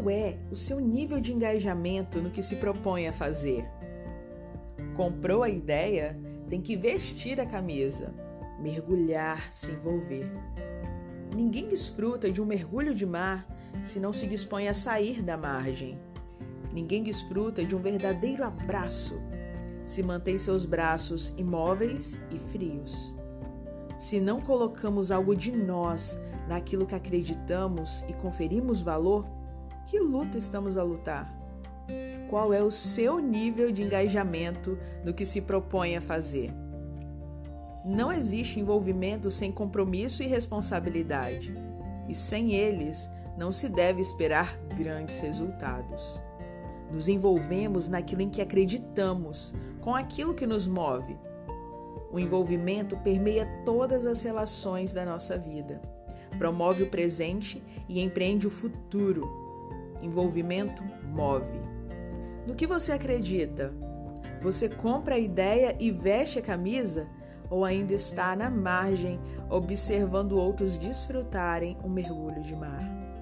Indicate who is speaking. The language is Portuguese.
Speaker 1: Qual é o seu nível de engajamento no que se propõe a fazer? Comprou a ideia? Tem que vestir a camisa, mergulhar, se envolver. Ninguém desfruta de um mergulho de mar se não se dispõe a sair da margem. Ninguém desfruta de um verdadeiro abraço se mantém seus braços imóveis e frios. Se não colocamos algo de nós naquilo que acreditamos e conferimos valor, que luta estamos a lutar? Qual é o seu nível de engajamento no que se propõe a fazer? Não existe envolvimento sem compromisso e responsabilidade, e sem eles não se deve esperar grandes resultados. Nos envolvemos naquilo em que acreditamos, com aquilo que nos move. O envolvimento permeia todas as relações da nossa vida, promove o presente e empreende o futuro. Envolvimento move. No que você acredita? Você compra a ideia e veste a camisa? Ou ainda está na margem, observando outros desfrutarem um mergulho de mar?